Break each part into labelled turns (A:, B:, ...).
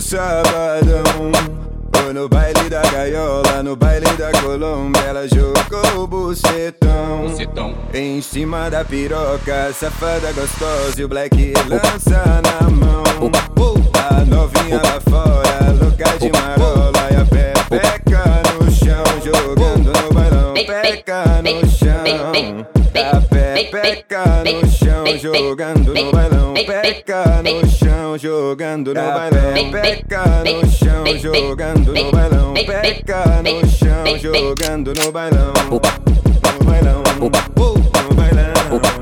A: sabadão. Foi no baile da gaiola, no baile da Colômbia, ela jogou o bucetão. Em cima da piroca, safada gostosa, e o Black lança na mão. A novinha lá fora, louca de marola, e a pepeca no chão, jogando no bailão. Peca no chão, a pepeca no chão, jogando no bailão. Peca no chão, jogando no bailão. Peca no chão, jogando no bailão. Peca no chão, jogando no bailão. No bailão, no bailão.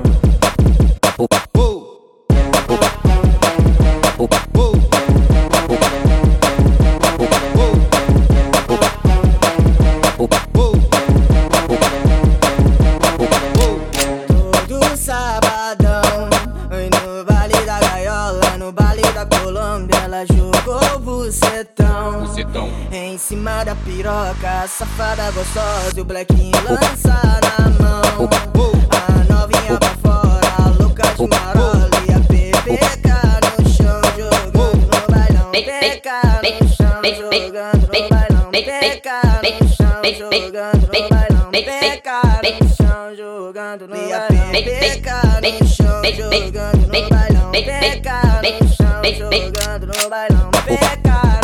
B: Todo sabadão, no baile da gaiola, no baile da Colômbia, ela jogou o bucetão. Em cima da piroca, safada gostosa, e o Black lança na mão. A novinha pra fora, louca de marola, e a pepeca no chão, jogando no bailão. Peca no chão, jogando no bailão. Peca no chão, jogando no bailão. Peca no chão, jogando no bailão. Peca no chão, jogando no bailão. Peca no chão, jogando no bailão. Peca